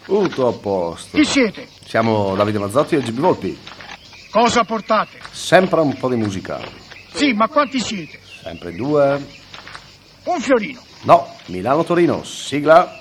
Tutto a posto. Chi siete? Siamo Davide Mazzotti e GB Volpi. Cosa portate? Sempre un po' di musica. Sì, ma quanti siete? Sempre due. Un fiorino. No, Milano-Torino, sigla.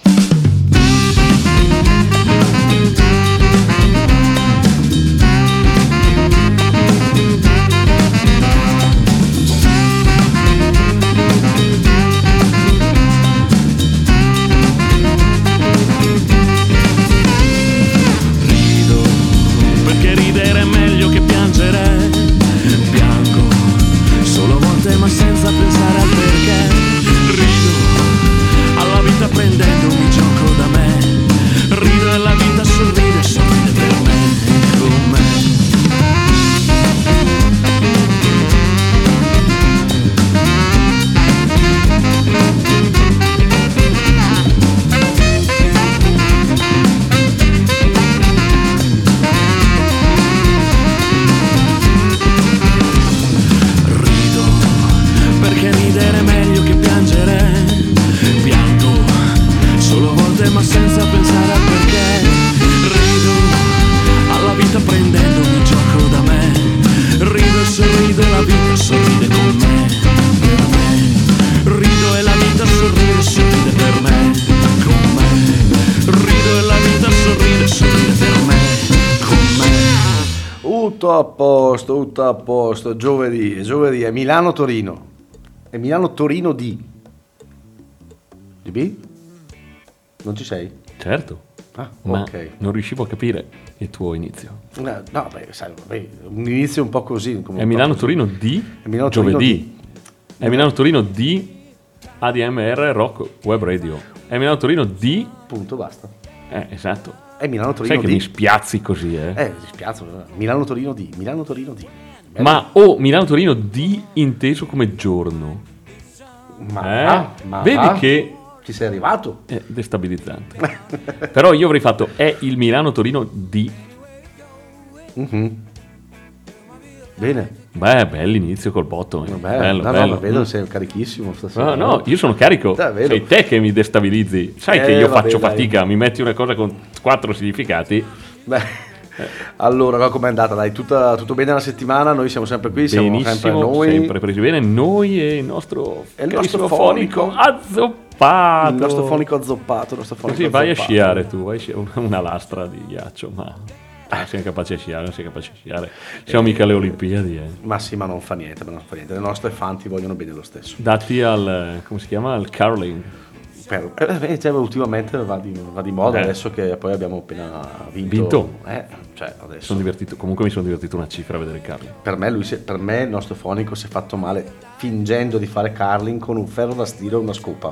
Perché ridere è meglio che piangere. Piango solo a volte ma senza pensare al perché. Rido alla vita prendendomi gioco da me. Rido e la vita sorride, sorride per me, con me. Perché ridere è meglio che piangere. Piango solo a volte ma senza pensare al perché. Rido alla vita prendendomi gioco da me. Rido e sorrido e la vita sorride con me, per me. Rido e la vita sorride, sorride per me, con me. Rido e la vita sorride, sorride per me, con me. Tutto a posto. Giovedì è Milano-Torino. È Milano-Torino di GB? Non ci sei? Certo, Ah, ma ok. non riuscivo a capire il tuo inizio. No, beh, sai, un inizio un po' così. È Milano-Torino di È Milano-Torino giovedì. È Milano-Torino di ADMR Rock Web Radio. È Milano-Torino di... Punto, basta. esatto. È Milano-Torino Sai che di. mi spiazzi così, Mi spiace. Milano-Torino di. Milano-Torino di. Ma Milano-Torino di inteso come giorno. Ma Vedi che ci sei arrivato? è destabilizzante. Però io avrei fatto è il Milano-Torino di... Bene. Beh, bell'inizio col botto. Bello, no, bello. ma vedo sei carichissimo stasera. No, io sono carico. Vedo. Sei te che mi destabilizzi. Sai che io vabbè, faccio dai. fatica, mi metti una cosa con 4 significati. Beh, allora, com'è andata? Dai, tutto bene la settimana? Noi siamo sempre qui, siamo sempre Benissimo, noi. sempre presi bene. Noi e il nostro E il carissimo nostro fonico fonico. azzoppato. Il nostro fonico azzoppato, Così vai a sciare tu, vai a sciare una lastra di ghiaccio, ma non siamo capaci a sciare, non siamo capaci a sciare. Siamo mica alle Olimpiadi. Ma sì, ma non fa niente, Le nostre fan ti vogliono bene lo stesso. Dati al, come si chiama, al curling. Cioè, ultimamente va di moda, adesso che poi abbiamo appena vinto. Cioè, adesso. Sono divertito, comunque mi sono divertito una cifra a vedere il curling. Per me il nostro fonico si è fatto male fingendo di fare curling con un ferro da stiro e una scopa.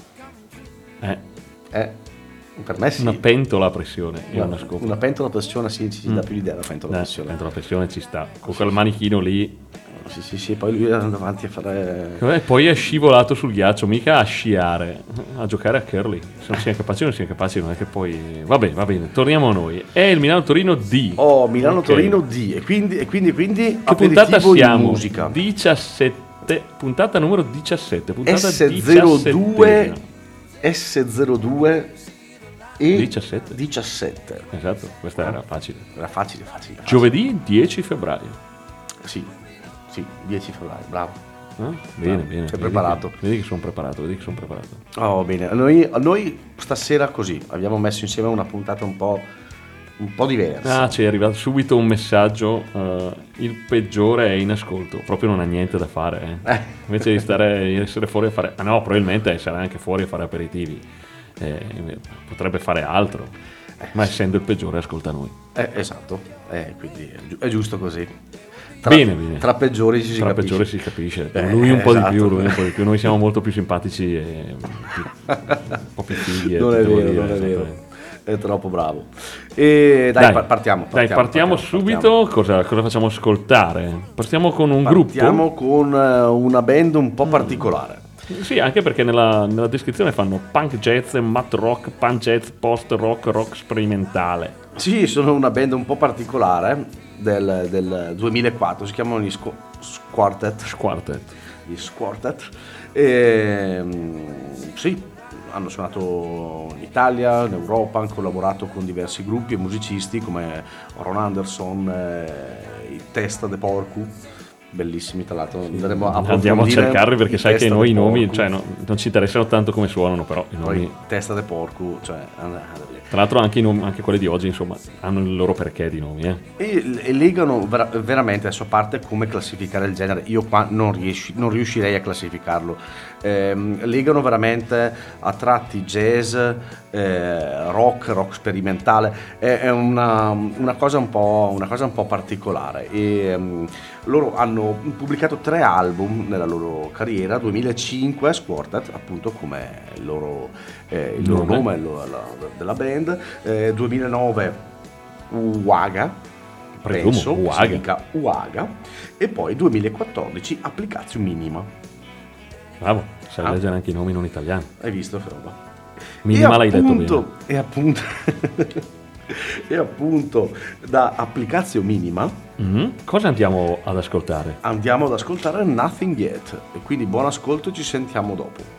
Per me sì. Una pentola a pressione e una scopa. Una pentola a pressione, sì, ci dà più l'idea la pentola a pressione. Pentola a pressione ci sta. Con quel manichino lì. Sì, poi lui andava avanti a fare. Poi è scivolato sul ghiaccio, mica a sciare, a giocare a curling. Se non siamo capaci, non siamo capaci, non è che poi. Va bene, torniamo a noi. È il Milano-Torino D. Milano-Torino D. E quindi Che puntata aperitivo di siamo? musica. 17, puntata numero 17. Puntata S02 S02 e 17. Esatto, questa era facile. Era facile. Giovedì 10 febbraio. Sì, 10 febbraio, bravo. Bene. Sei preparato. Vedi che sono preparato. Oh, bene. Noi stasera così abbiamo messo insieme una puntata un po' diversa. Ci è arrivato subito un messaggio. Il peggiore è in ascolto. Proprio non ha niente da fare. Invece di essere fuori a fare. No, probabilmente sarà anche fuori a fare aperitivi. Potrebbe fare altro. Ma essendo il peggiore ascolta noi. Esatto. Quindi è giusto così. Bene. Tra peggiori si capisce. Lui un po' esatto. di più, Noi siamo molto più simpatici e un po' più figli. Non è vero. È troppo bravo. E partiamo subito. Cosa facciamo ascoltare? Partiamo con un gruppo. Partiamo con una band un po' particolare. Sì, anche perché nella descrizione fanno punk jazz, math rock, punk jazz, post rock, rock sperimentale. Sì, sono una band un po' particolare del 2004, si chiamano gli Squartet. Gli Squartet. Sì, hanno suonato in Italia, in Europa, hanno collaborato con diversi gruppi e musicisti come Ron Anderson, i Testa de Porco, bellissimi, tra l'altro andiamo a cercarli, perché sai che noi i nomi, cioè, non ci interessano tanto come suonano, però i nomi... Poi Testa de Porco, cioè, tra l'altro anche i nomi, anche quelli di oggi, insomma, hanno il loro perché di nomi, e legano veramente, adesso, a parte come classificare il genere, io qua non riuscirei a classificarlo, legano veramente a tratti jazz, rock sperimentale, è una cosa un po' particolare, e loro hanno pubblicato 3 album nella loro carriera. 2005 Squartet, appunto, come il loro nome della band, 2009 Uaga, penso, si dica Uaga, e poi 2014 Applicatio Minima. Bravo, sai leggere anche i nomi non italiani. Hai visto, Froba? Minima l'hai detto bene. E appunto da Applicatio Minima cosa andiamo ad ascoltare? Andiamo ad ascoltare Nothing Yet, e quindi buon ascolto, ci sentiamo dopo.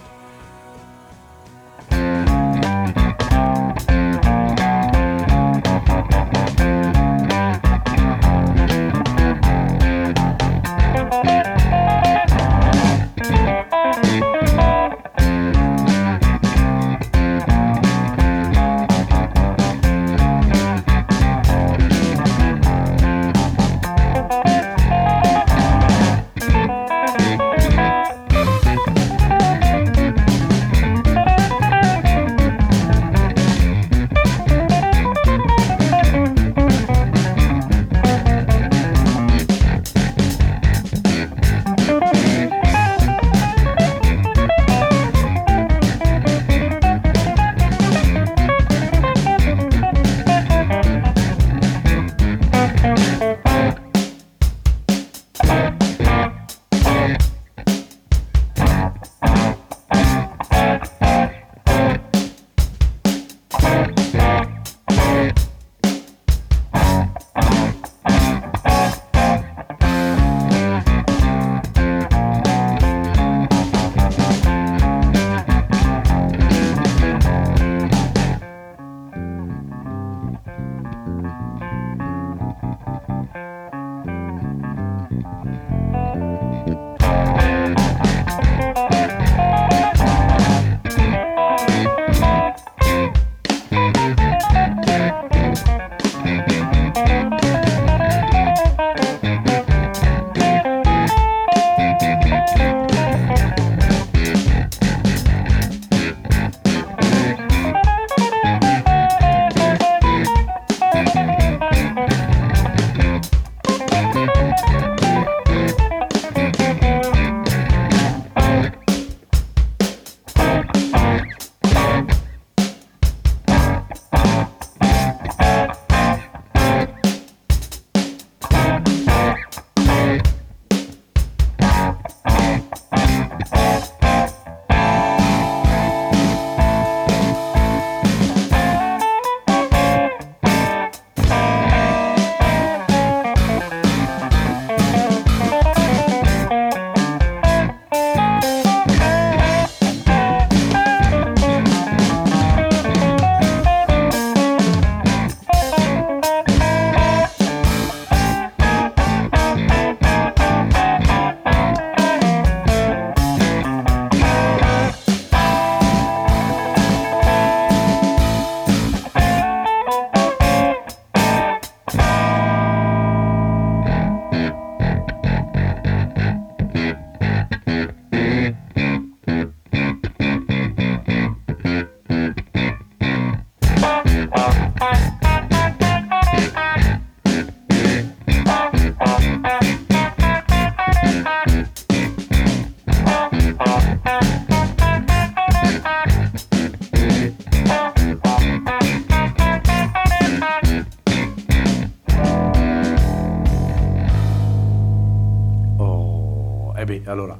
Allora,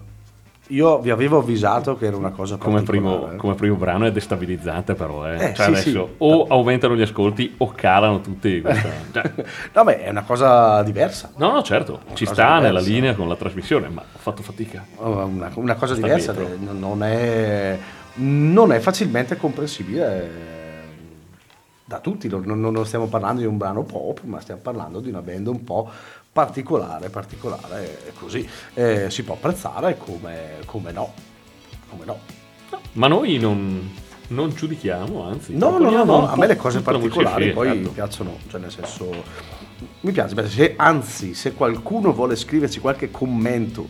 io vi avevo avvisato che era una cosa come primo brano è destabilizzante, però cioè sì, adesso sì. O aumentano gli ascolti o calano tutti cioè. No, beh, è una cosa diversa. No, certo, ci sta nella linea con la trasmissione, ma ho fatto fatica. Una cosa diversa, non è non è facilmente comprensibile da tutti. Non stiamo parlando di un brano pop, ma stiamo parlando di una band un po' particolare, e così si può apprezzare come no. Ma noi non giudichiamo, anzi. No, a me le cose particolari poi mi piacciono, cioè nel senso, mi piace, se qualcuno vuole scriverci qualche commento,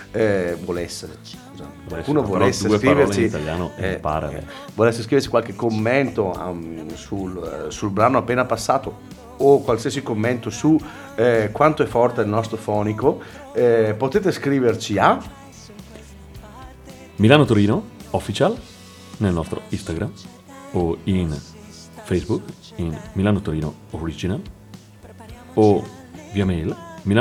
volesse scriverci qualche commento sul brano appena passato, o qualsiasi commento su quanto è forte il nostro fonico, potete scriverci a Milano Torino Official nel nostro Instagram o in Facebook in Milano Torino Original, o via mail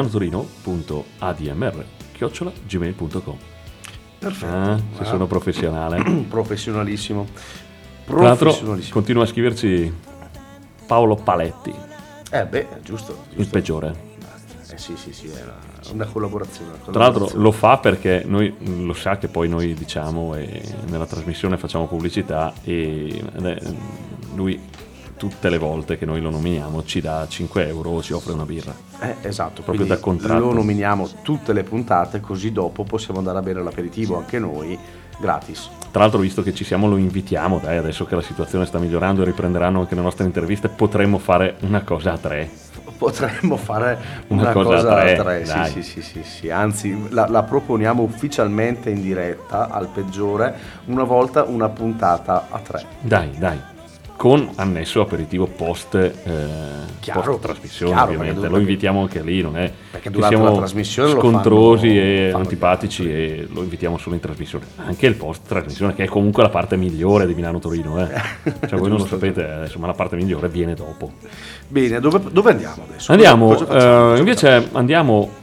milanotorino.admr@gmail.com. Perfetto. Se sono professionale. Professionalissimo. Tra l'altro continua a scriverci Paolo Paletti. È giusto. Il peggiore. Sì, è una collaborazione. Tra l'altro lo fa perché noi lo sa che poi noi diciamo e nella trasmissione facciamo pubblicità, e lui tutte le volte che noi lo nominiamo ci dà 5 euro o ci offre una birra. Esatto, proprio da contratto. Lo nominiamo tutte le puntate, così dopo possiamo andare a bere l'aperitivo anche noi gratis. Tra l'altro, visto che ci siamo, lo invitiamo, dai, adesso che la situazione sta migliorando e riprenderanno anche le nostre interviste, potremmo fare una cosa a tre. Potremmo fare una cosa a tre. Sì. Anzi, la proponiamo ufficialmente in diretta al peggiore, una volta una puntata a tre. Dai. Con annesso aperitivo post trasmissione, ovviamente. Lo invitiamo anche lì, non è perché che siamo la trasmissione scontrosi e antipatici, e lo invitiamo solo in trasmissione. Anche il post trasmissione, che è comunque la parte migliore di Milano Torino, cioè voi non lo sapete adesso, ma la parte migliore viene dopo. Bene, dove andiamo adesso? Andiamo.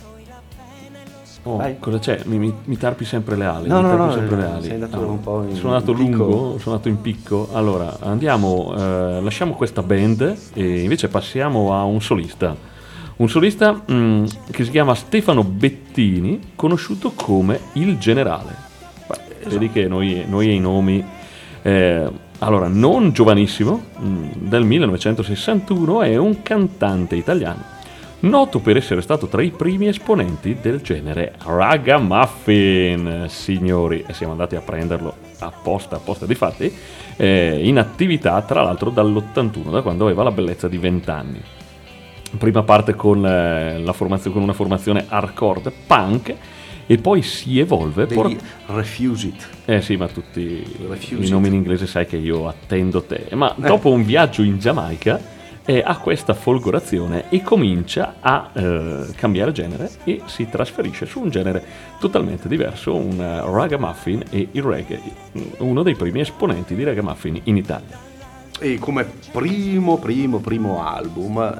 Cosa c'è? Mi tarpi sempre le ali. No, sei andato un po' in sono andato lungo, sono andato in picco. Allora andiamo, lasciamo questa band e invece passiamo a un solista che si chiama Stefano Bettini, conosciuto come Il Generale. Vedi che noi e i nomi. Allora, non giovanissimo, del 1961, è un cantante italiano noto per essere stato tra i primi esponenti del genere ragamuffin, signori, e siamo andati a prenderlo apposta difatti, in attività tra l'altro dall'81, da quando aveva la bellezza di 20 anni. Prima parte con una formazione hardcore punk, e poi si evolve Refused. Sì, ma tutti i nomi in inglese sai che io attendo te. Ma dopo un viaggio in Giamaica ha questa folgorazione e comincia a cambiare genere e si trasferisce su un genere totalmente diverso, un ragamuffin, e il reggae, uno dei primi esponenti di ragamuffin in Italia. E come primo album,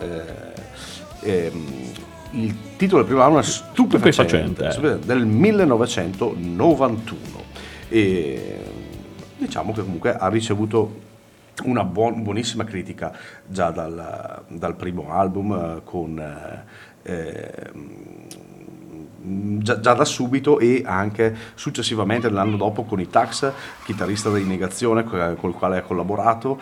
il titolo del primo album è Stupefacente. Del 1991, e diciamo che comunque ha ricevuto una buonissima critica già dal primo album, già da subito, e anche successivamente l'anno dopo con i Tax, chitarrista di Negazione col quale ha collaborato,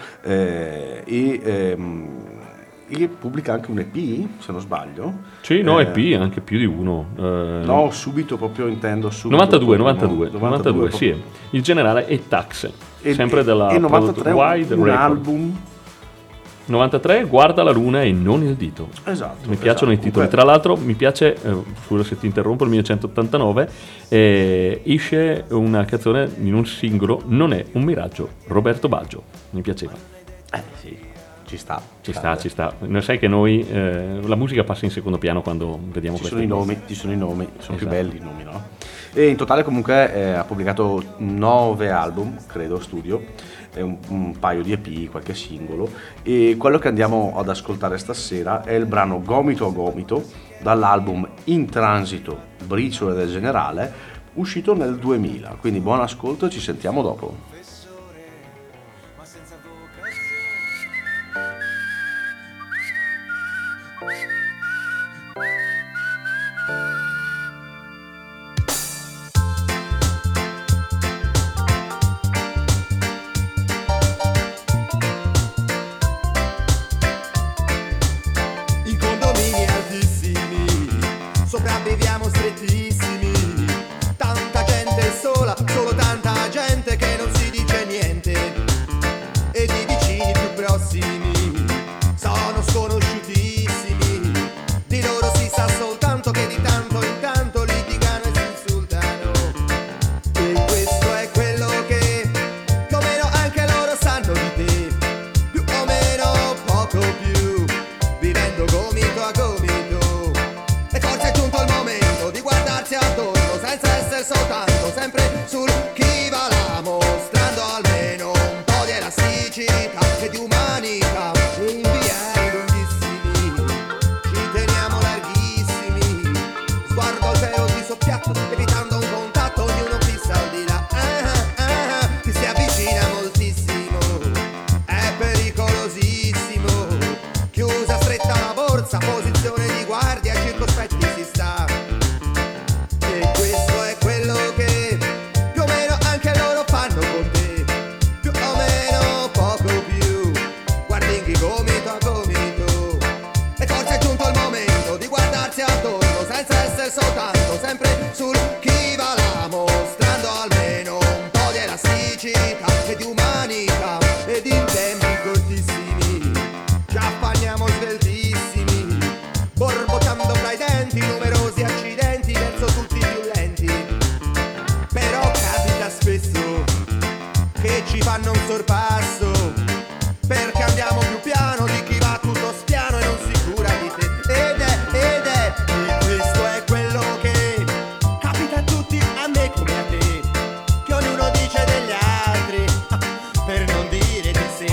e pubblica anche un EP, se non sbaglio. Sì, EP, anche più di uno. No, subito, proprio intendo subito. 92, sì. Il Generale e Tax. Sempre della e 93 Wide un Record. album. 93 Guarda la luna e non il dito. Esatto. Mi piacciono i titoli. Tra l'altro mi piace, scusa se ti interrompo, il 1989 esce una canzone in un singolo, Non è un miraggio, Roberto Baggio. Mi piaceva. Sì. Ci sta. Non sai che noi la musica passa in secondo piano quando vediamo ci sono i nomi, sono esatto. Più belli i nomi, no? E in totale comunque ha pubblicato 9 album, credo, studio, un paio di EP, qualche singolo, e quello che andiamo ad ascoltare stasera è il brano Gomito a Gomito, dall'album In Transito, Briciole del Generale, uscito nel 2000. Quindi buon ascolto e ci sentiamo dopo. essere soltanto sempre sul chi va là, mostrando almeno un po' di elasticità e di umanità. E in bianchi lunghissimi ci teniamo larghissimi, sguardo geo di soppiatto, evitando un contatto, ognuno fissa al di là. Chi si avvicina moltissimo è pericolosissimo, chiusa stretta la borsa, posizione di guardia, circospetti si sta. E questo è quello che più o meno anche loro fanno con te, più o meno poco più, guardinghi gomito a gomito. E forse è giunto il momento di guardarsi attorno senza essere soltanto sempre sul chi va là, mostrando almeno un po' di elasticità e di umanità. Ed in tempi cortissimi ci appagniamo sveltissimi, borbottando fra i denti, numerosi accidenti verso tutti i più lenti. Però capita spesso che ci fanno un sorpasso, perché andiamo più piano di chi va tutto spiano e non si cura di te. E questo è quello che capita a tutti, a me come a te, che ognuno dice degli altri per non dire di sé.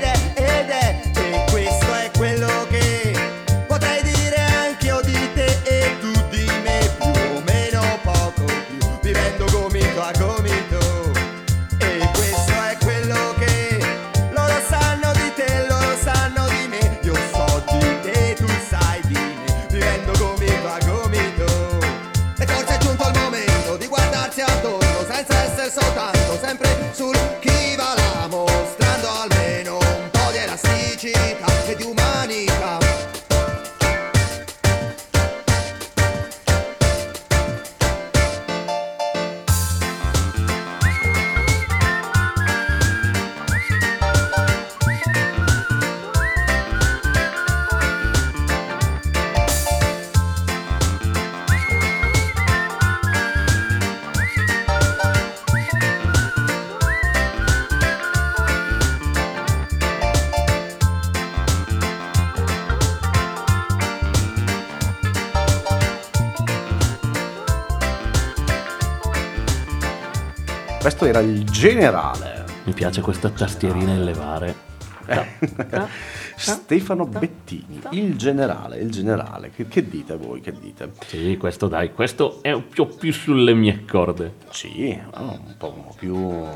E questo è quello che potrei dire anch'io di te e tu di me, più o meno poco più, vivendo gomito a gomito. E questo è quello che loro sanno di te, loro sanno di me, io so di te, tu sai di me, vivendo gomito a gomito. E forse è giunto il momento di guardarsi attorno senza essere soltanto sempre sul chi va là, mostrando almeno un po' di elasticità e di umanità. Questo era il generale. Mi piace questa tastierina in levare. Stefano Bettini, il generale. Che dite voi? Che dite? Sì, questo è un po' più sulle mie corde. Sì, un po' più.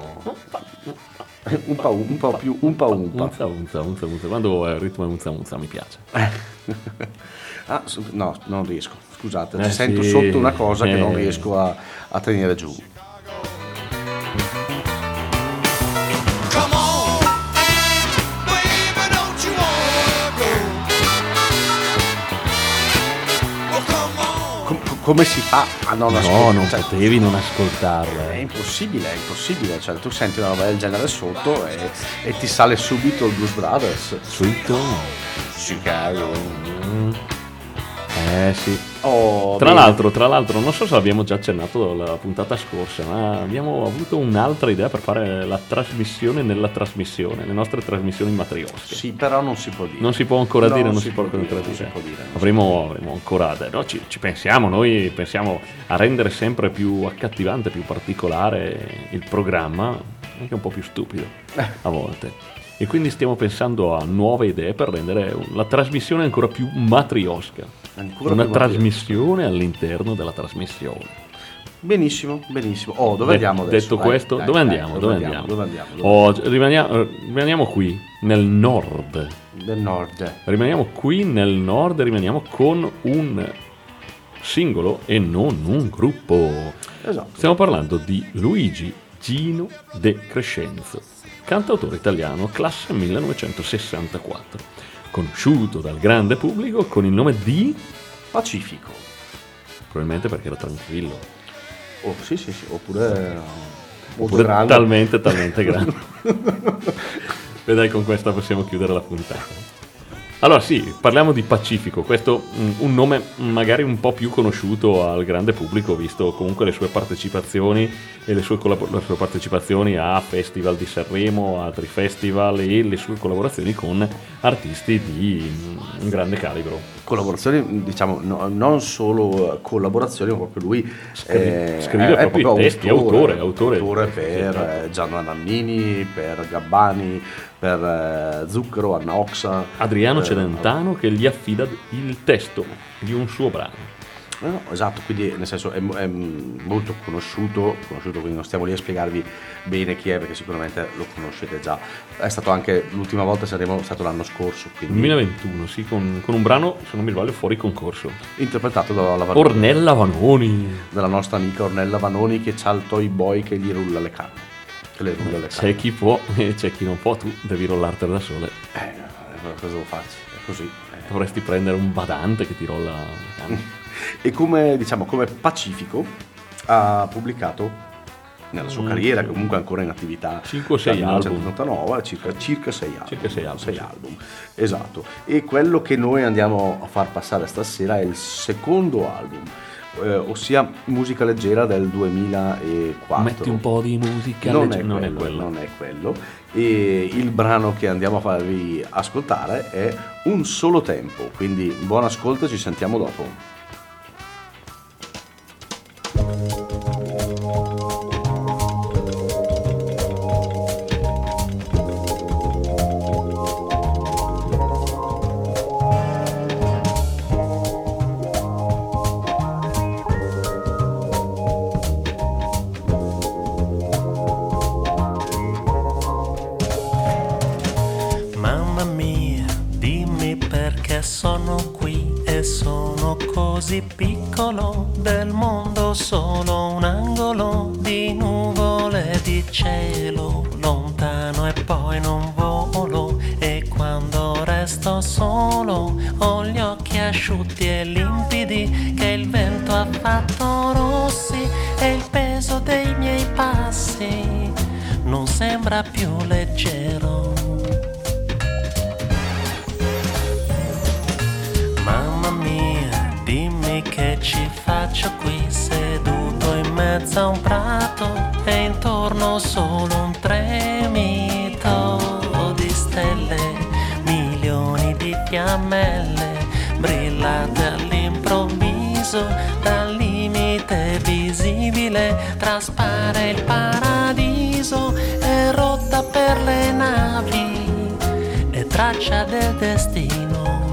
Un po' più. Unza. Quando il ritmo è unza mi piace. No, non riesco. Scusate, sento sì. sotto una cosa che non riesco a tenere giù. Come si fa a non ascoltare? Non potevi non ascoltarla. È impossibile. Cioè, tu senti una roba del genere sotto e ti sale subito il Blues Brothers. Subito? Chicago. Sì. Oh, tra l'altro, non so se l'abbiamo già accennato la puntata scorsa, ma abbiamo avuto un'altra idea per fare la trasmissione nella trasmissione, le nostre trasmissioni matriosche. Sì, però non si può dire. Non si può ancora dire, non si può ancora dire. Avremo ancora, no, ci pensiamo, noi pensiamo a rendere sempre più accattivante, più particolare il programma, anche un po' più stupido a volte. E quindi stiamo pensando a nuove idee per rendere la trasmissione ancora più matriosca. Una trasmissione all'interno della trasmissione. Benissimo. Oh, dove andiamo adesso? Detto questo, dove andiamo? Rimaniamo qui, nel nord. Del nord. Rimaniamo qui nel nord e rimaniamo con un singolo e non un gruppo. Esatto. Stiamo parlando di Luigi Gino De Crescenzo, cantautore italiano, classe 1964, conosciuto dal grande pubblico con il nome di Pacifico. Probabilmente perché era tranquillo. Oh, sì, oppure grande. Talmente grande. E dai, con questa possiamo chiudere la puntata. Allora sì, parliamo di Pacifico, questo un nome magari un po' più conosciuto al grande pubblico, visto comunque le sue partecipazioni e le sue partecipazioni a festival di Sanremo, altri festival e le sue collaborazioni con artisti di un grande calibro. collaborazioni, diciamo, non solo collaborazioni, ma proprio lui scrive è proprio i testi, autore per Gianna Nannini, per Gabbani, per Zucchero, Anna Oxa, Adriano Celentano, che gli affida il testo di un suo brano. No, esatto, quindi nel senso è molto conosciuto, quindi non stiamo lì a spiegarvi bene chi è, perché sicuramente lo conoscete già. È stato anche l'ultima volta Sanremo, è stato l'anno scorso, quindi 2021, sì, con un brano, se non mi sbaglio, fuori concorso, interpretato dalla Ornella Vanoni. dalla nostra amica Ornella Vanoni, che c'ha il toy boy che gli rulla le canne. Che le rulla le C'è canne. chi può e c'è chi non può, tu devi rollartele da sole. Cosa devo farci? È così. Dovresti prendere un badante che ti rolla le canne. E come Pacifico ha pubblicato nella sua carriera, che comunque è ancora in attività, 5 o 6 dal album. 1999, circa 6 album. Circa 6 album, Sei sì. album, esatto. E quello che noi andiamo a far passare stasera è il secondo album, ossia Musica leggera del 2004. Metti un po' di musica, Non è quello. non è quello. E il brano che andiamo a farvi ascoltare è Un solo tempo, quindi buon ascolto e ci sentiamo dopo. Mamma mia, dimmi perché sono qui e sono così piccolo, del mondo solo un angolo di nuvole di cielo, lontano e poi non volo, e quando resto solo ho gli occhi asciutti e limpidi che il vento ha fatto rossi, e il peso dei miei passi non sembra più leggero. Mamma mia, dimmi che ci faccio qui seduto in mezzo a un prato e intorno solo un tremito di stelle, milioni di fiammelle brillate all'improvviso, dal limite visibile traspare il paradiso, è rotta per le navi e traccia del destino.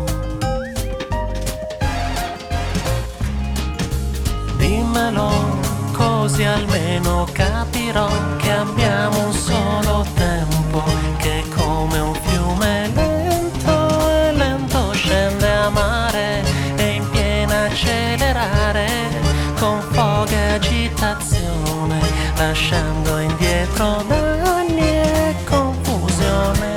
Dimmelo, così almeno capirò che abbiamo un solo tempo, che come un fiume lento e lento scende a mare, e in piena accelerare con foga e agitazione, lasciando indietro danni e confusione.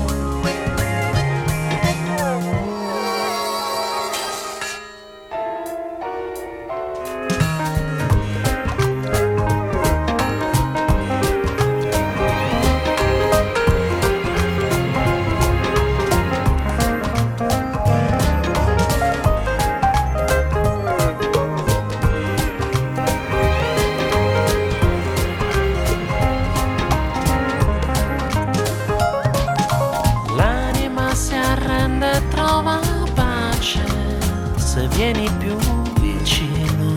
L'anima si arrende e trova pace se vieni più vicino.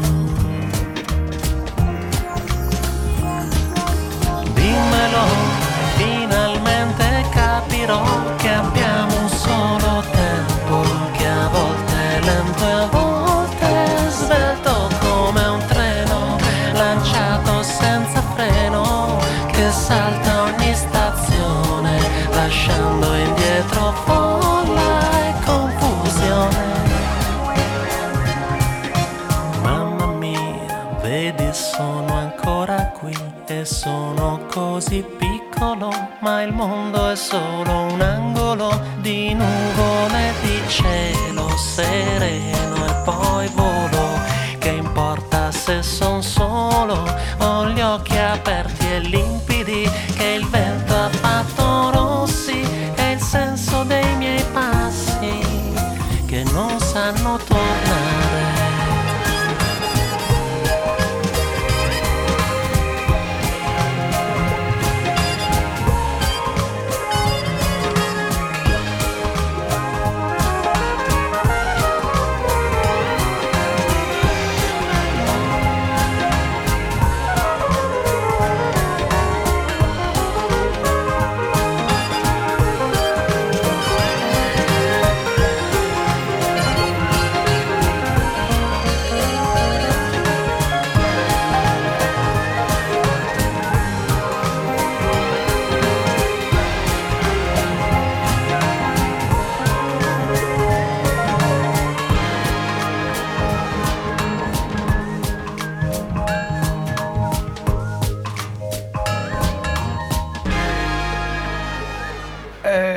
Dimmelo, finalmente capirò che abbiamo un solo tempo, che a volte è lento e a volte è svelto come un treno lanciato senza freno, che salta ogni stazione lasciando indietro folla e confusione. Mamma mia, vedi sono ancora qui e sono così piccolo, ma il mondo è solo un angolo di nuvole di cielo sereno, e poi volo, che importa se son solo, ho gli occhi aperti e limpidi che il vento ha fatto rossi, e il senso dei miei passi che non sanno tornare.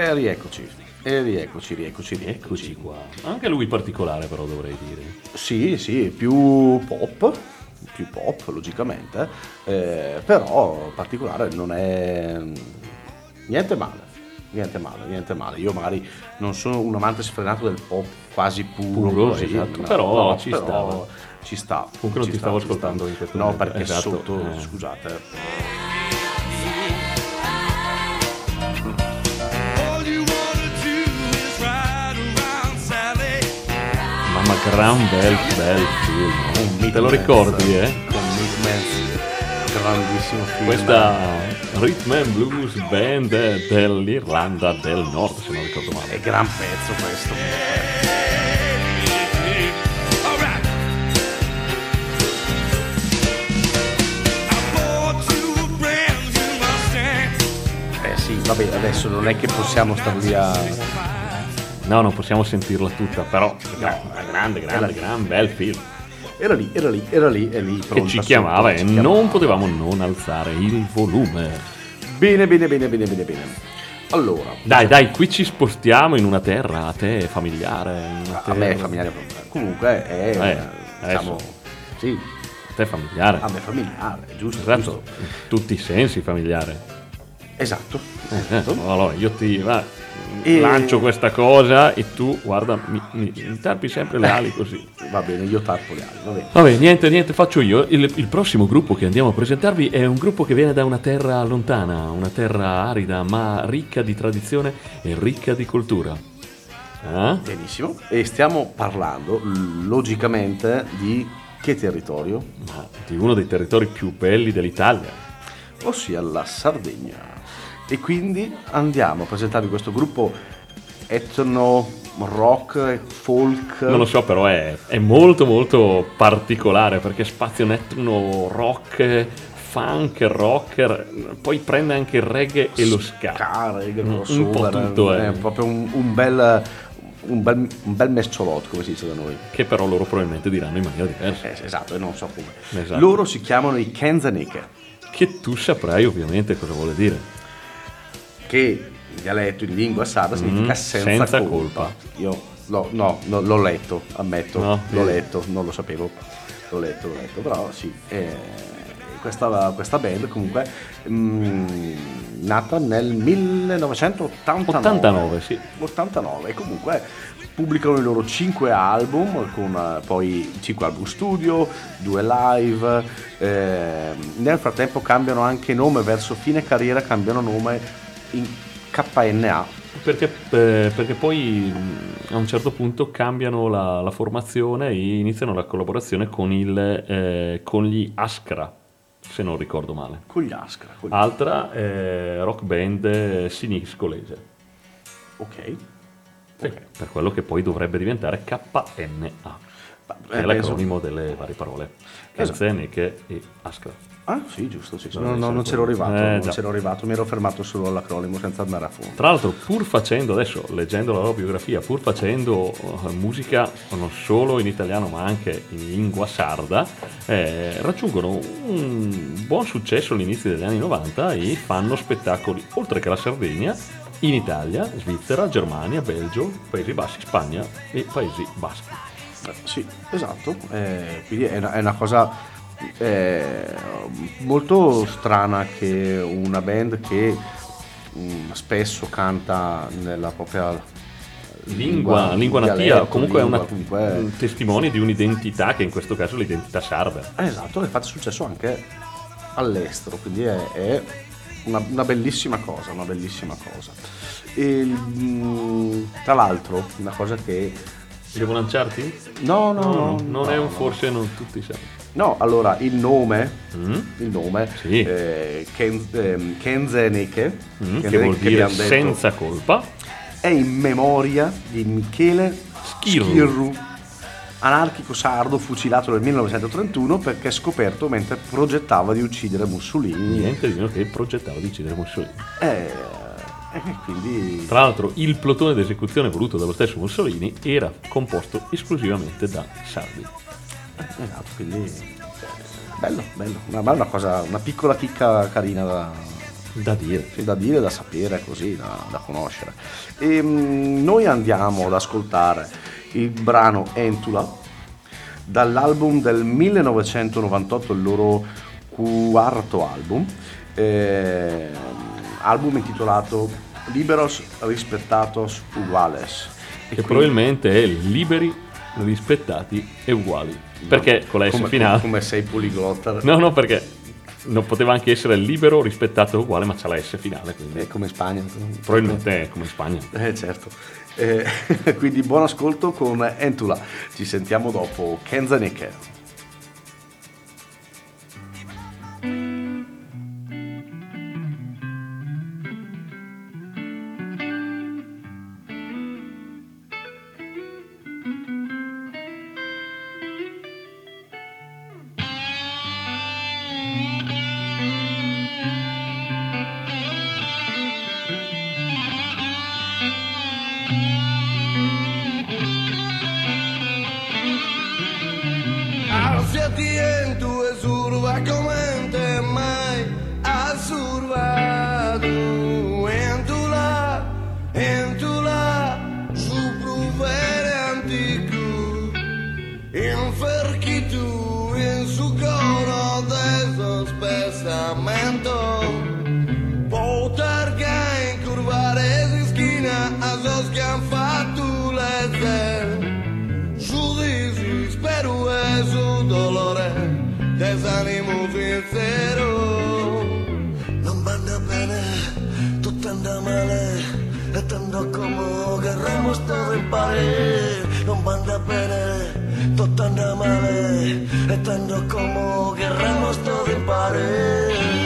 rieccoci. Eccoci qua. Anche lui particolare, però, dovrei dire. Sì, più pop, logicamente, però particolare non è niente male. Io magari non sono un amante sfrenato del pop quasi puro, così, esatto, no, però no, ci però stava. ci sta. Comunque non ci ti sta, stavo ci sta. ascoltando in questo No, momento. perché Esatto, sotto, scusate. Mamma, gran bel film. Te lo ricordi, Con Nick Menz, grandissimo film. Questa Rhythm and Blues Band dell'Irlanda del Nord, se non ricordo male. è gran pezzo questo. Sì, vabbè, adesso non è che possiamo star lì a... No, non possiamo sentirla tutta, però grande, gran bel film. Era lì, e lì Che pronta ci sotto, chiamava e ci non potevamo non alzare il volume. Bene. Allora, Dai, qui ci spostiamo in una terra a te familiare. a me è familiare. Comunque è, diciamo, adesso. sì, A te familiare. a me è familiare, giusto? Esatto, in tutti i sensi familiare. Esatto. Allora io ti E- lancio questa cosa e tu, guarda, mi tarpi sempre le ali così. Va bene, io tappo le ali, va bene. Vabbè, niente, faccio io. Il prossimo gruppo che andiamo a presentarvi è un gruppo che viene da una terra lontana, una terra arida ma ricca di tradizione e ricca di cultura. Benissimo. E stiamo parlando, logicamente, di che territorio? Ma di uno dei territori più belli dell'Italia. Ossia la Sardegna. E quindi andiamo a presentarvi questo gruppo etno, rock, folk. Non lo so, però è molto particolare perché spaziano etno, rock, funk, rocker, poi prende anche il reggae e lo ska. Reggae, un crossover, po' tutto, è proprio un bel mescolotto, come si dice da noi. Che però loro probabilmente diranno in maniera diversa. Esatto, e non so come. Esatto. Loro si chiamano i Kenzaneke, Che tu saprai ovviamente cosa vuole dire. che in dialetto, in lingua sarda, significa senza colpa. Io l'ho letto, ammetto, No, l'ho letto, non lo sapevo, l'ho letto, però sì. Questa band comunque nata nel 1989. 89, sì. 89, e comunque pubblicano i loro 5 album, con poi 5 album studio, 2 live. Nel frattempo cambiano anche nome, verso fine carriera cambiano nome in KNA. Perché poi a un certo punto cambiano la formazione e iniziano la collaborazione con gli Askra, se non ricordo male. Con gli Askra. Altra rock band siniscolese. Ok. Sì, per quello che poi dovrebbe diventare KNA, che è penso- l'acronimo delle varie parole. Kenzaneke e Askra. Ah sì, giusto, sì. Non Non c'ero arrivato, già. mi ero fermato solo all'acronimo senza andare a fondo. Tra l'altro, pur facendo, adesso leggendo la loro biografia, pur facendo musica non solo in italiano ma anche in lingua sarda, raggiungono un buon successo all'inizio degli anni 90 e fanno spettacoli, oltre che alla Sardegna, in Italia, Svizzera, Germania, Belgio, Paesi Bassi, Spagna e Paesi Baschi. Sì, esatto. Quindi è una cosa molto strana che una band che spesso canta nella propria Lingua natia, dialetto, comunque è lingua, un testimone di un'identità che in questo caso è l'identità sarda. Esatto, infatti è successo anche all'estero, quindi è una bellissima cosa, E, tra l'altro, una cosa che... Devo lanciarti? No, non è un forse non tutti sanno. No, allora, il nome, Sì. Kenzaneke, Che vuol dire abbiamo detto, senza colpa. è in memoria di Michele Schirru, anarchico sardo fucilato nel 1931 perché scoperto mentre progettava di uccidere Mussolini. Niente di meno che progettava di uccidere Mussolini. Quindi Tra l'altro il plotone d'esecuzione voluto dallo stesso Mussolini era composto esclusivamente da sardi. esatto, quindi bello, una cosa, una piccola chicca carina Da dire. Sì, da dire, da sapere, così, da conoscere. E noi andiamo ad ascoltare il brano Entula dall'album del 1998, il loro quarto album, album intitolato Liberos Respetatos Iguales. Che probabilmente è liberi, rispettati e uguali. Perché con la S finale? Come sei poliglotta. No, perché non poteva anche essere libero, rispettato e uguale, ma c'ha la S finale. Quindi. È come in Spagna. Probabilmente è come in Spagna. Certo. Quindi buon ascolto con Entula. Ci sentiamo dopo Kenzeneke. Alziati en tu e surva come te mai has survado. Entula, su pruvere antico, inferchi tu in su coro de sospestamento. Potarga in curvare si schina a sos che han fatto le giudizi, spero e su dolore, desanimo sincero. Non va bene, tutto anda male, e tanto como querremos todo en pared. Non va bene, tutto anda male, e tanto como querremos todo en pared.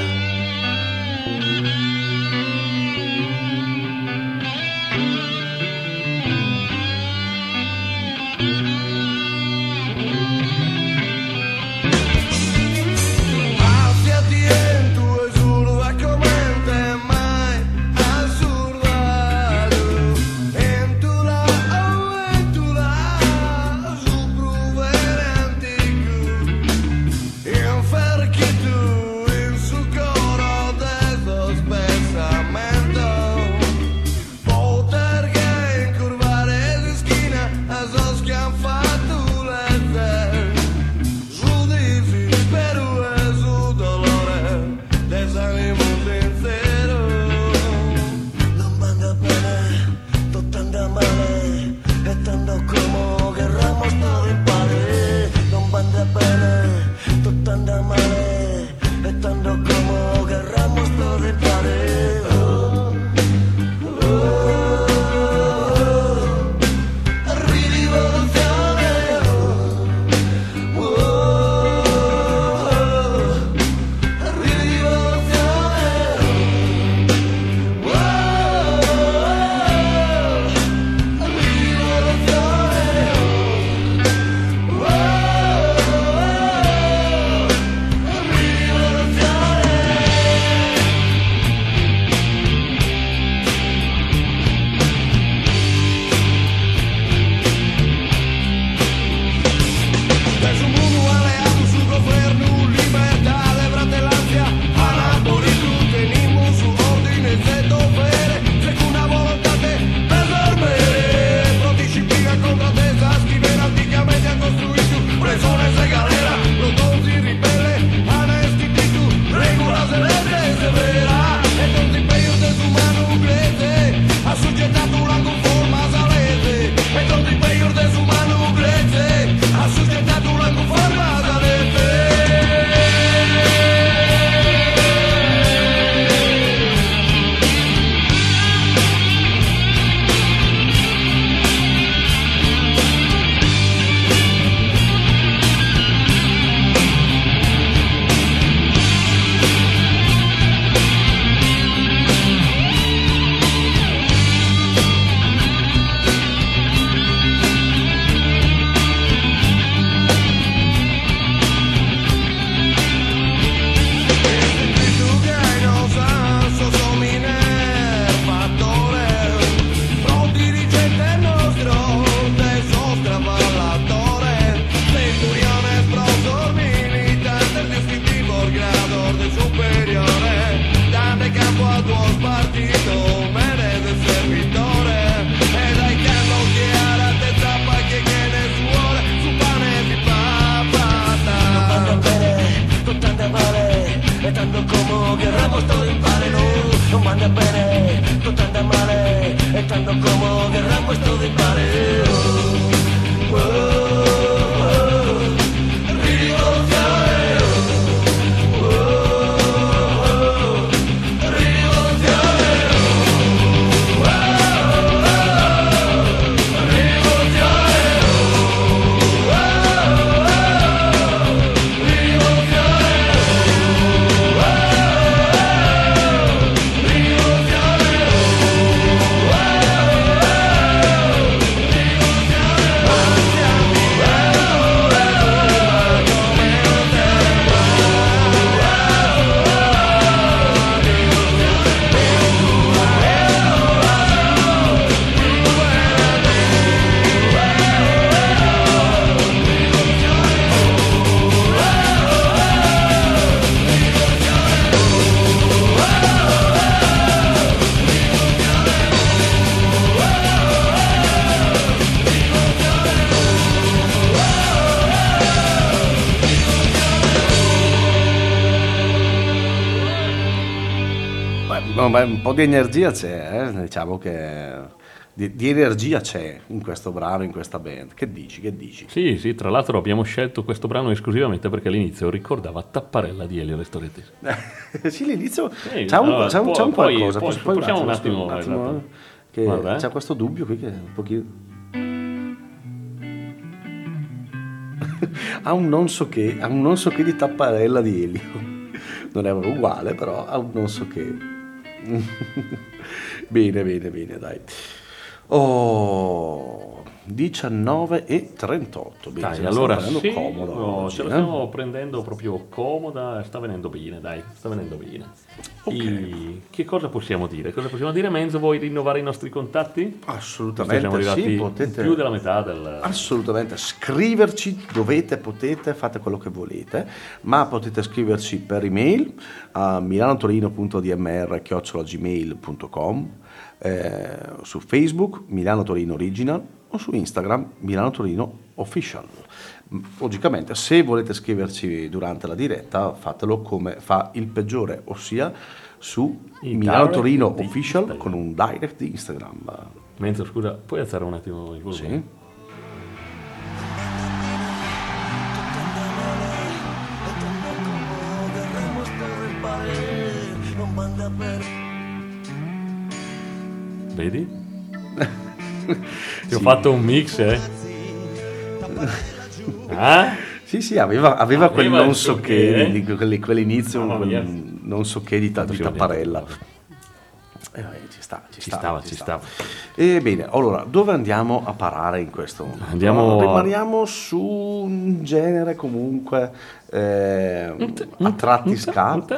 Perché tu e tanto como querramos todo impare, no manda bene, tutto anda male, e tanto como querramos todo impare, Un po' di energia c'è, diciamo che di energia c'è in questo brano, in questa band. Che dici? Sì, tra l'altro abbiamo scelto questo brano esclusivamente perché all'inizio ricordava Tapparella di Elio Restoretti. Sì, l'inizio c'ha un qualcosa. Possiamo un attimo, che guarda, c'è questo dubbio qui che è un pochino... ha un non so che di Tapparella di Elio. Non è uguale, però ha un non so che. Bene, dai. 19:38. Bene, dai, allora sì, comoda oggi, ce la stiamo prendendo proprio comoda, sta venendo bene, dai, sta venendo bene. Okay. Che cosa possiamo dire? Menzo, vuoi rinnovare i nostri contatti? Assolutamente, siamo arrivati sì, potete... più della metà del... Assolutamente, scriverci potete, fate quello che volete, ma potete scriverci per email a milanotorino.dmr@gmail.com, su Facebook Milano Torino Original o su Instagram Milano Torino Official. Logicamente, se volete scriverci durante la diretta, fatelo come fa il peggiore, ossia su Milano Torino Official con un direct di Instagram. Menzo, scusa, puoi alzare un attimo il volume? Sì. Vedi? Ti ho fatto un mix, Sì, aveva quel non so che, di quell'inizio, non so che di Tapparella. Ci stava. Bene, allora, dove andiamo a parare in questo momento? Rimaniamo su un genere comunque a tratti ska, a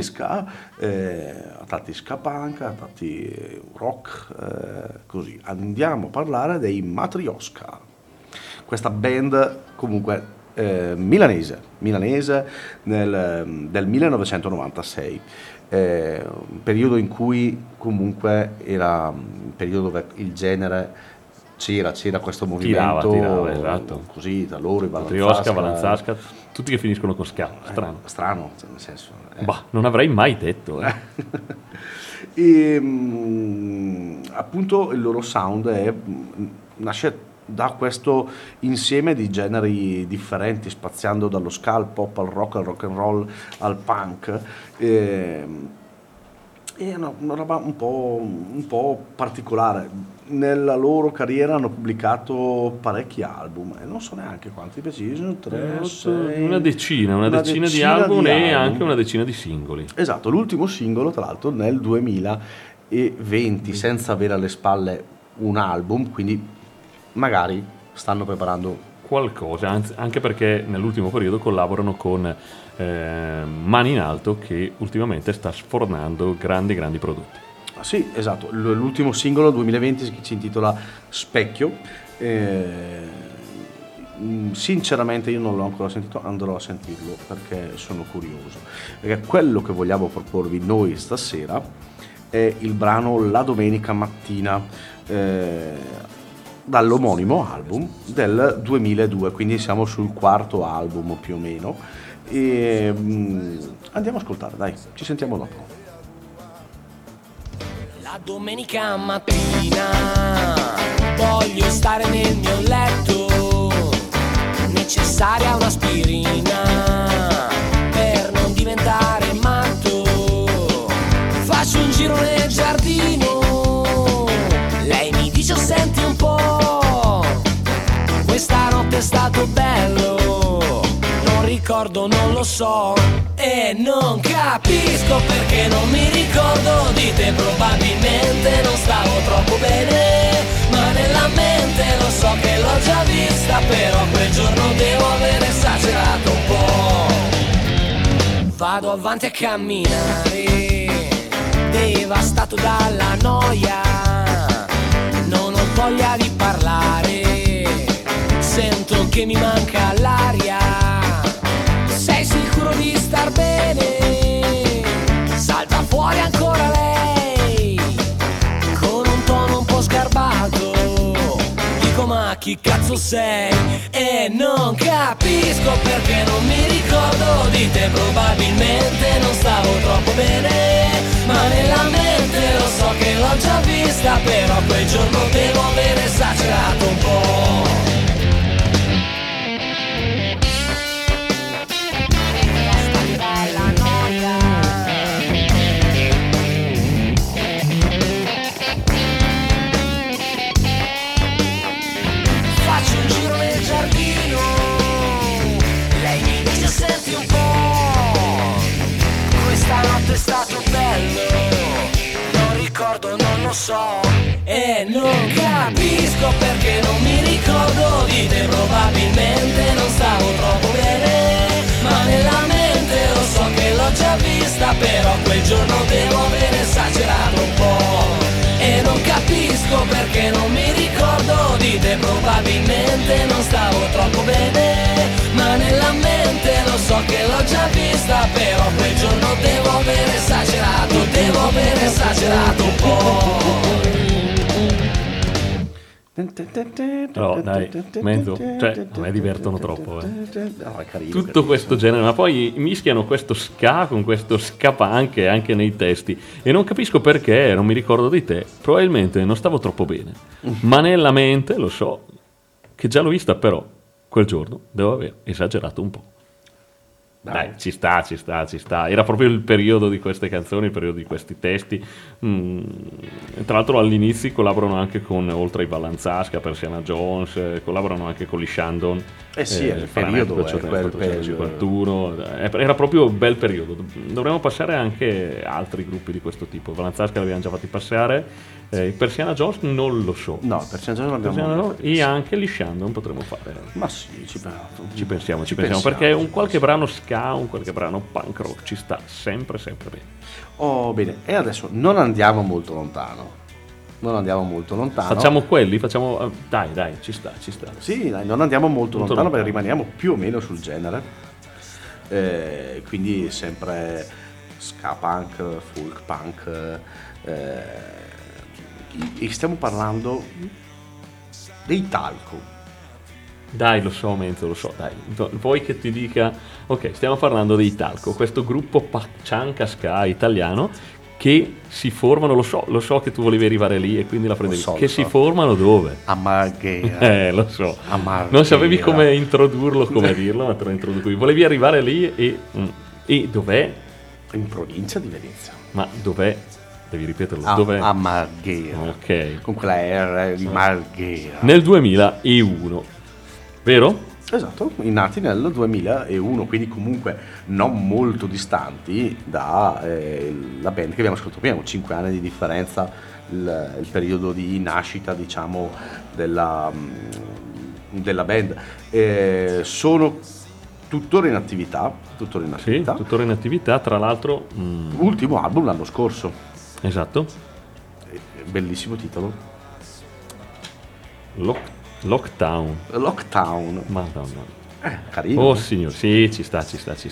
tratti ska punk, a tratti rock, così. Andiamo a parlare dei Matrioska, questa band comunque milanese del 1996. Un periodo in cui comunque era un periodo dove il genere c'era questo movimento tirava, esatto. Così tra loro, i Valanzasca, tutti che finiscono con ska, strano nel senso, non avrei mai detto E appunto il loro sound nasce da questo insieme di generi differenti, spaziando dallo ska al pop al rock and roll al punk, è una roba un po' particolare. Nella loro carriera hanno pubblicato parecchi album e non so neanche quanti precisi, una decina di album e anche una decina di singoli. Esatto, l'ultimo singolo tra l'altro nel 2020, senza avere alle spalle un album, quindi magari stanno preparando qualcosa, anche perché nell'ultimo periodo collaborano con Mani in Alto, che ultimamente sta sfornando grandi prodotti. Sì, esatto, l'ultimo singolo 2020 si intitola Specchio, sinceramente io non l'ho ancora sentito, andrò a sentirlo perché sono curioso, perché quello che vogliamo proporvi noi stasera è il brano La Domenica Mattina, dall'omonimo album del 2002, quindi siamo sul quarto album più o meno, E andiamo a ascoltare, dai, ci sentiamo dopo. La domenica mattina voglio stare nel mio letto, necessaria un'aspirina per non diventare matto. Faccio un giro nel giardino, lei mi dice: senti un po', questa notte è stato bello, non ricordo, non lo so, e non capisco perché non mi ricordo di te. Probabilmente non stavo troppo bene, ma nella mente lo so che l'ho già vista, però quel giorno devo aver esagerato un po'. Vado avanti a camminare, devastato dalla noia, non ho voglia di parlare, sento che mi manca l'aria. Sei sicuro di star bene? Salta fuori ancora lei, con un tono un po' sgarbato. Dico: ma chi cazzo sei? E non capisco perché non mi ricordo di te. Probabilmente non stavo troppo bene, ma nella mente lo so che l'ho già vista, però quel giorno devo aver esagerato un po'. Faccio un giro nel giardino, lei mi dice: senti un po', questa notte è stato bello, non ricordo, non lo so, e non capisco perché non mi ricordo di te. Probabilmente non stavo troppo bene, ma nella mente lo so che l'ho già vista, però quel giorno devo aver esagerato un po'. E non capisco perché non mi ricordo di te. Probabilmente non stavo troppo bene, ma nella mente lo so che l'ho già vista, però quel giorno devo aver esagerato un po'. No, dai, mezzo, cioè, a me divertono troppo. No, è carino, Tutto carino. questo genere, ma poi mischiano questo ska con questo ska punk anche nei testi, e non capisco perché non mi ricordo di te. Probabilmente non stavo troppo bene, ma nella mente lo so che già l'ho vista, però quel giorno devo aver esagerato un po'. Dai, ci sta. Era proprio il periodo di queste canzoni, il periodo di questi testi. Tra l'altro all'inizio collaborano anche con, oltre ai Ballanzasca, Persiana Jones, collaborano anche con gli Shandon. Sì, è il periodo, è quel periodo. 51. Era proprio un bel periodo. Dovremmo passare anche altri gruppi di questo tipo. Ballanzasca l'abbiamo già fatti passare. Persiana Jones non lo so. No, Persiana Jones l'abbiamo E anche gli Shandon potremmo fare. Ma sì, ci pensiamo, perché un qualche brano ska, un qualche brano punk rock ci sta sempre bene. Oh, bene, e adesso non andiamo molto lontano. Facciamo quelli, dai, ci sta. Sì, dai, non andiamo molto lontano perché rimaniamo più o meno sul genere. Quindi sempre ska punk, folk punk. E stiamo parlando dei Talco. Dai, lo so, Menzo, lo so, dai. Vuoi che ti dica, ok, stiamo parlando dei Talco, questo gruppo paccianca ska italiano che si formano, lo so che tu volevi arrivare lì e quindi la prendevi. Che si formano dove? A Marghera. Lo so. A Marghera. Non sapevi come introdurlo, come dirlo, ma te lo introduco. Volevi arrivare lì e dov'è? In provincia di Venezia. Ma dov'è? Devi ripeterlo. Dov'è? A Marghera. Ok. Con quella R di Marghera. Nel 2001. Vero? Esatto, nati nel 2001, quindi comunque non molto distanti dalla band che abbiamo ascoltato prima, 5 anni di differenza, il periodo di nascita, diciamo, della band. Sono tuttora in attività. Sì, tuttora in attività, tra l'altro. Ultimo album l'anno scorso. Esatto. Bellissimo titolo. Lockdown. Madonna. Carino. Oh signor, sì, ci sta. Ci sta.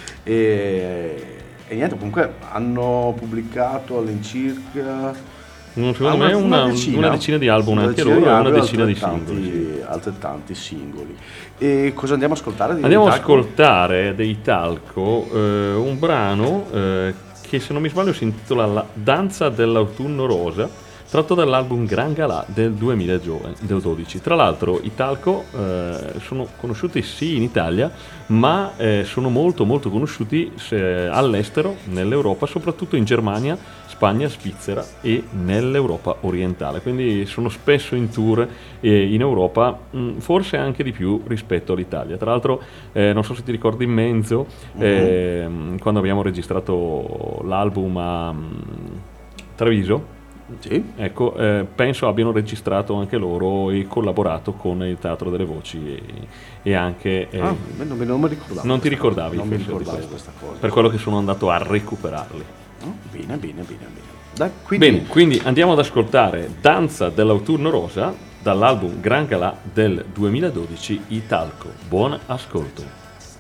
E niente, comunque hanno pubblicato all'incirca secondo me una decina di album anche loro e una decina di singoli. Altrettanti singoli. E cosa andiamo a ascoltare? Andiamo ad ascoltare dei Talco, un brano che se non mi sbaglio si intitola La danza dell'autunno rosa, tratto dall'album Gran Galà del 2012. Tra l'altro i Talco sono conosciuti sì in Italia, ma sono molto molto conosciuti all'estero, nell'Europa, soprattutto in Germania, Spagna, Svizzera e nell'Europa orientale. Quindi sono spesso in tour in Europa, forse anche di più rispetto all'Italia. Tra l'altro non so se ti ricordi in Menzo, quando abbiamo registrato l'album a Treviso. Sì. Ecco, penso abbiano registrato anche loro e collaborato con il Teatro delle Voci e anche non mi ricordavo. Non ti ricordavi? Non mi ricordavo questa cosa. Per quello che sono andato a recuperarli. Bene. Dai, quindi andiamo ad ascoltare Danza dell'autunno rosa dall'album Gran Galà del 2012, i Talco. Buon ascolto.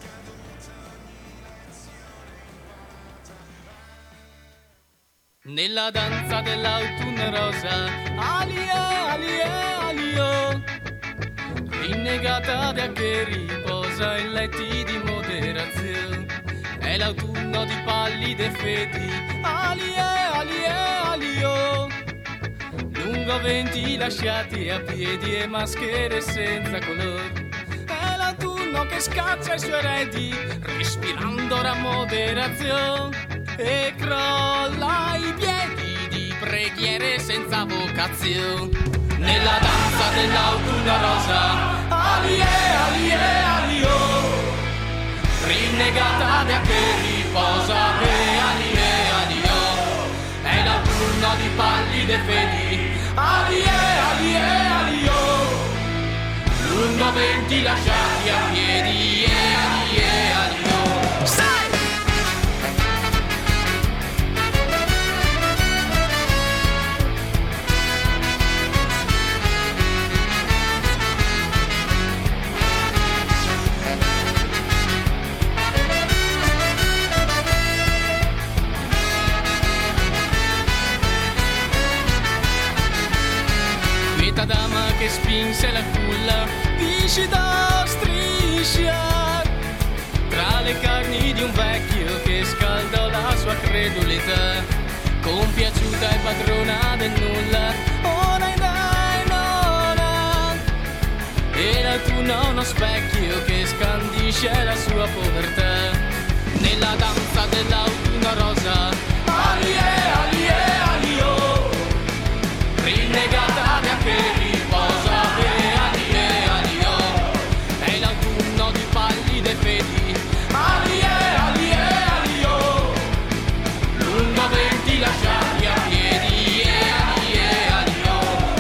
Nella danza dell'autunno rosa, alio, rinnegata da che riposa in letti di moderazione. È l'autunno di pallide fedi, alio, lungo venti lasciati a piedi e maschere senza colore. È l'autunno che scaccia i suoi eredi, respirando la moderazione. E crolla i piedi di preghiere senza vocazione. Nella danza dell'autunno rosa, alio, rinnegata da che riposa, alio, è l'autunno di pallide fedi, alio, lungo venti lasciati a piedi, alio. Dama che spinse la culla viscida striscia tra le carni di un vecchio che scaldò la sua credulità, compiaciuta e padrona del nulla, ora dai nona, e l'autunno uno specchio che scandisce la sua povertà. Nella danza dell'autunno rosa, alio, rinnegata da che riposa, alio, è l'autunno di pallide fedi, alio, lungo venti lasciati a piedi, alio.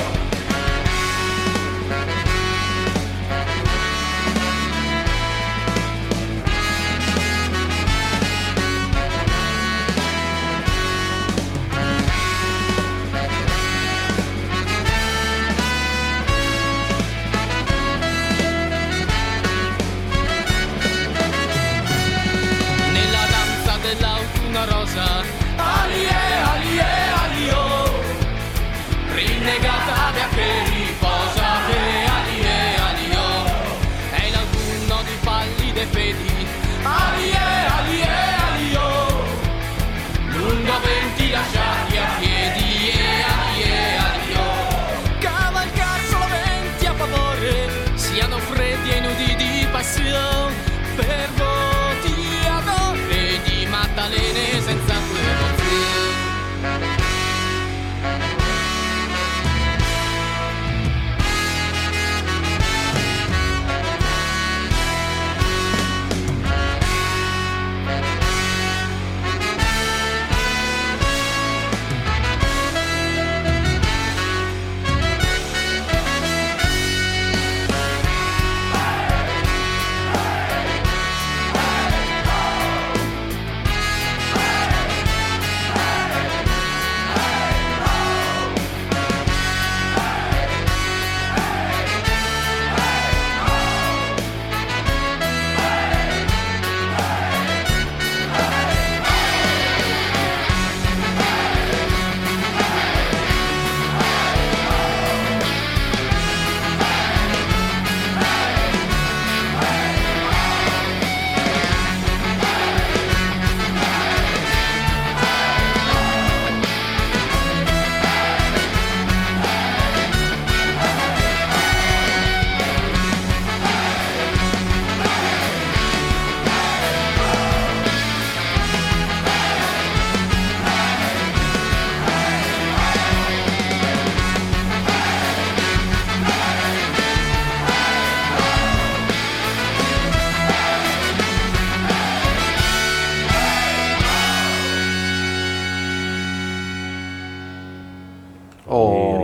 Rosa, alio, rinnegata da che riposa, alio, è l'autunno di pallide fedi, alio, lungo venti lasciati a piedi, alio, cavalcar solo venti a favore, siano freddi e nudi di passione, per voti adore di Maddalene senza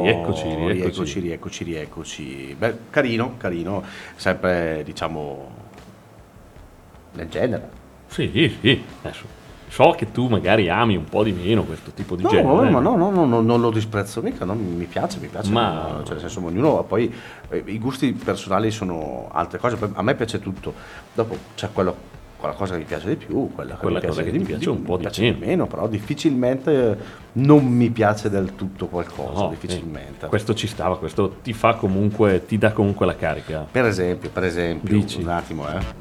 rieccoci. Beh, carino, sempre diciamo nel genere. Sì, adesso so che tu magari ami un po' di meno questo tipo di No, genere. ma no, non lo disprezzo mica, no, mi piace, Ma- cioè, nel senso, ognuno poi i gusti personali sono altre cose, a me piace tutto, dopo c'è quella cosa che mi piace di più, quella Quella cosa che ti piace un po' di meno, però difficilmente non mi piace del tutto qualcosa, No, difficilmente. questo ci stava, questo ti fa comunque, ti dà comunque la carica. Per esempio, Dici. un attimo,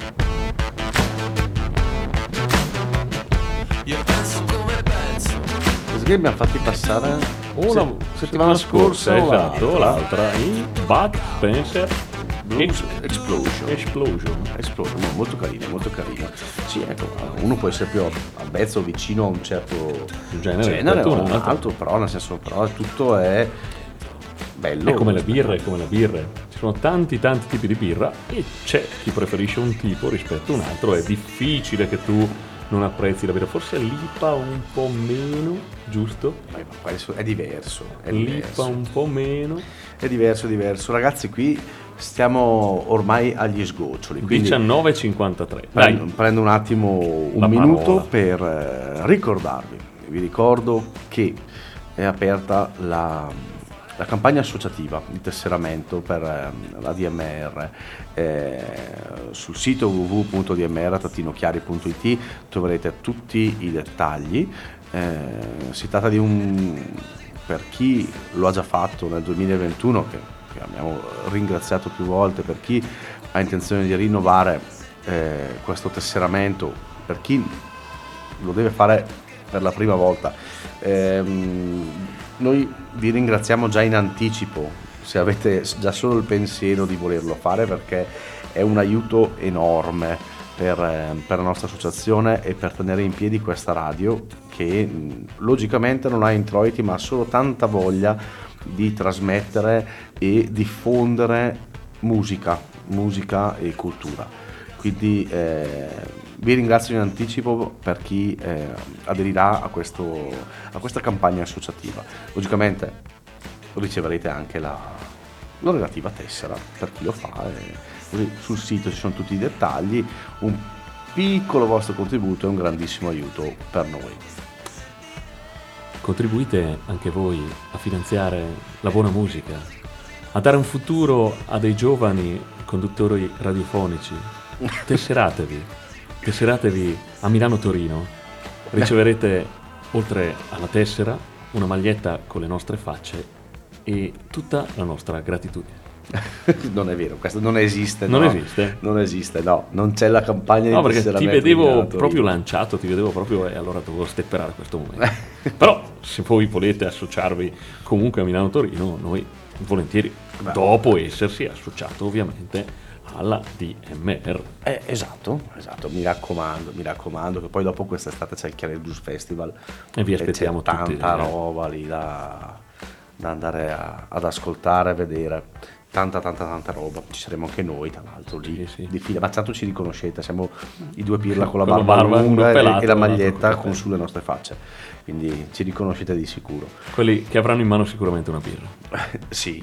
Io penso come penso. Così che abbiamo fatti passare Settimana scorsa, esatto, l'altra, il Bud Spencer Explosion. No, molto carino. Sì, ecco, uno può essere più avvezzo, vicino a un certo Genere, genere o un un altro, però nel senso, però tutto è bello. È come le birre. Ci sono tanti tipi di birra e c'è chi preferisce un tipo rispetto a un altro. È difficile che tu non apprezzi la birra. Forse l'IPA un po' meno, giusto? Ma questo è diverso. L'IPA un po' meno. È diverso. Ragazzi, qui stiamo ormai agli sgoccioli. Quindi 19:53. Dai, prendo un attimo un La minuto parola. per ricordarvi. Vi ricordo che è aperta la campagna associativa di tesseramento per la DMR. Sul sito www.dmr-chiari.it troverete tutti i dettagli. Si tratta di per chi lo ha già fatto nel 2021, che abbiamo ringraziato più volte, per chi ha intenzione di rinnovare questo tesseramento, per chi lo deve fare per la prima volta. Noi vi ringraziamo già in anticipo se avete già solo il pensiero di volerlo fare, perché è un aiuto enorme per la nostra associazione e per tenere in piedi questa radio che logicamente non ha introiti, ma ha solo tanta voglia di trasmettere e diffondere musica e cultura. Quindi vi ringrazio in anticipo per chi aderirà a questa campagna associativa. Logicamente riceverete anche la relativa tessera per chi lo fa, così sul sito ci sono tutti i dettagli. Un piccolo vostro contributo è un grandissimo aiuto per noi. contribuite anche voi a finanziare la buona musica, a dare un futuro a dei giovani conduttori radiofonici. Tesseratevi a Milano-Torino, riceverete oltre alla tessera una maglietta con le nostre facce e tutta la nostra gratitudine. Non è vero, questo non esiste. Non no. esiste? Non esiste, no. Non c'è la campagna No, di perché ti tesseramento vedevo di Milano, proprio Torino. lanciato, ti vedevo proprio, e allora dovevo stepperare questo momento. Però se voi volete associarvi comunque a Milano-Torino, noi volentieri, Beh. dopo essersi associato ovviamente alla DMR. Esatto, mi raccomando, che poi dopo quest'estate c'è il Chiari Blues Festival E vi aspettiamo c'è tutti. tanta roba lì da andare ad ascoltare, a vedere. Tanta roba, ci saremo anche noi tra l'altro lì Sì. di fila, ma tanto ci riconoscete, siamo i due pirla con la Con la barba barba, lunga uno pelato, e la l'altro maglietta con con sulle nostre facce, quindi ci riconoscete di sicuro. Quelli che avranno in mano sicuramente una birra. Sì.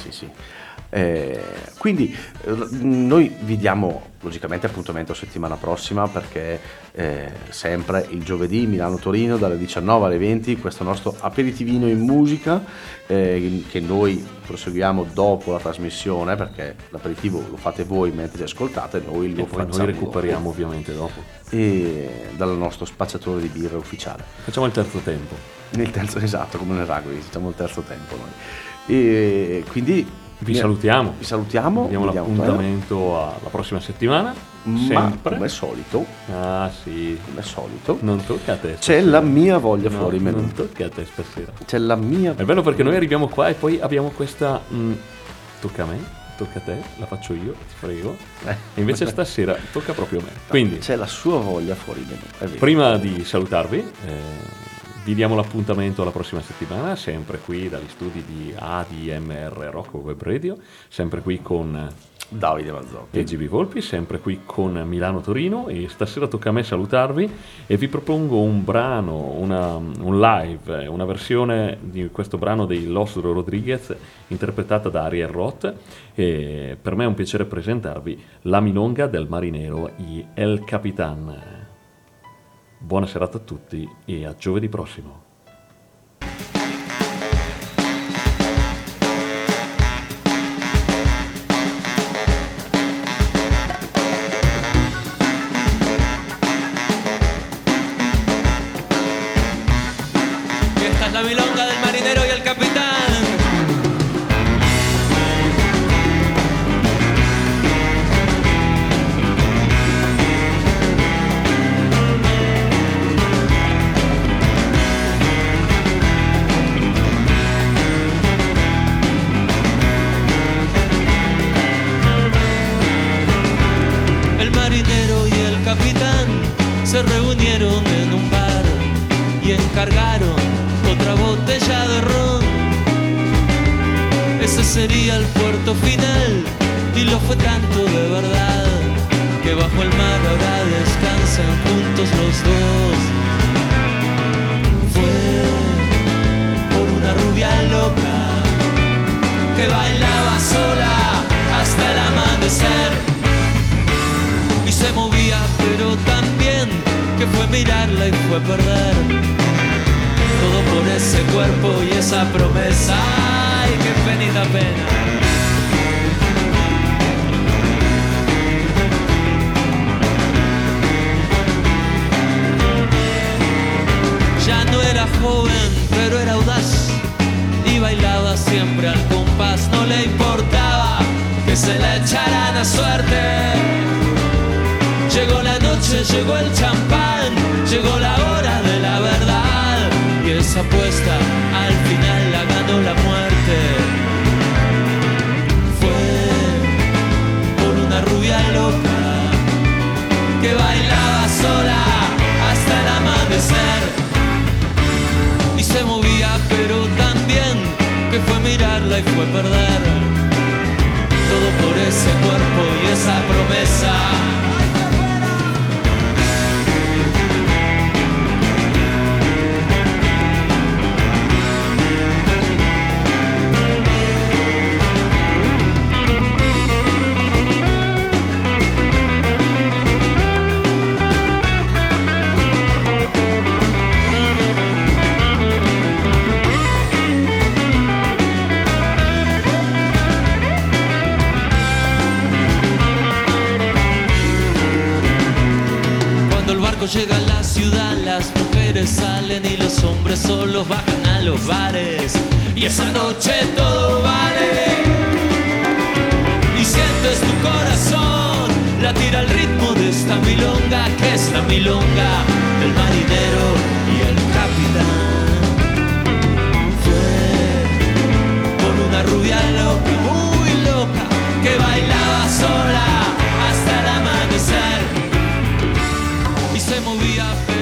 Quindi noi vi diamo logicamente appuntamento settimana prossima, perché sempre il giovedì Milano-Torino dalle 19 alle 20 questo nostro aperitivino in musica che noi proseguiamo dopo la trasmissione, perché l'aperitivo lo fate voi mentre ci ascoltate, noi lo E poi facciamo noi recuperiamo dopo. ovviamente dopo. E dal nostro spacciatore di birra ufficiale. Facciamo il terzo tempo. Nel terzo, esatto, come nel rugby, facciamo il terzo tempo noi. E quindi Vi salutiamo. Vi salutiamo. Vi diamo vediamo l'appuntamento alla prossima settimana. Ma Sempre. come solito, Ah sì. non tocca a te. c'è stasera. la mia voglia No, fuori menù. Non tocca a te stasera. C'è la mia. È bello perché noi arriviamo qua e poi abbiamo questa. Tocca a me, tocca a te, la faccio io, ti frego. E invece stasera tocca proprio a me. Quindi, C'è la sua voglia fuori menù. È vero. prima di salutarvi, vi diamo l'appuntamento alla prossima settimana, sempre qui dagli studi di ADMR Rock Web Radio, sempre qui con Davide Mazzocchi e GB Volpi, sempre qui con Milano Torino, e stasera tocca a me salutarvi e vi propongo un brano, un live, una versione di questo brano dei Los Rodriguez interpretata da Ariel Roth, e per me è un piacere presentarvi La Milonga del Marinero y El Capitán. Buona serata a tutti e a giovedì prossimo. La milonga del marinero y el capitán. El marinero y el capitán se reunieron en un bar y encargaron otra botella de ron. Ese sería el puerto final, y lo fue tanto de verdad que bajo el mar ahora descansan juntos los dos. Fue por una rubia loca que bailaba sola hasta el amanecer y se movía pero tan bien que fue mirarla y fue perder todo por ese cuerpo y esa promesa. ¡Ay, qué penita pena! Ya no era joven, pero era audaz y bailaba siempre al compás. No le importaba que se la echaran a suerte. Llegó la noche, llegó el champán, llegó la hora de la verdad, y esa apuesta al final la ganó la muerte. Fue por una rubia loca que bailaba sola hasta el amanecer y se movía pero tan bien que fue mirarla y fue perder todo por ese cuerpo y esa promesa. Llega a la ciudad, las mujeres salen y los hombres solos bajan a los bares, y esa noche todo vale y sientes tu corazón latir al ritmo de esta milonga, que es la milonga del marinero y el capitán. Fue por una rubia loca, muy loca, que bailaba sola hasta el amanecer y se movía.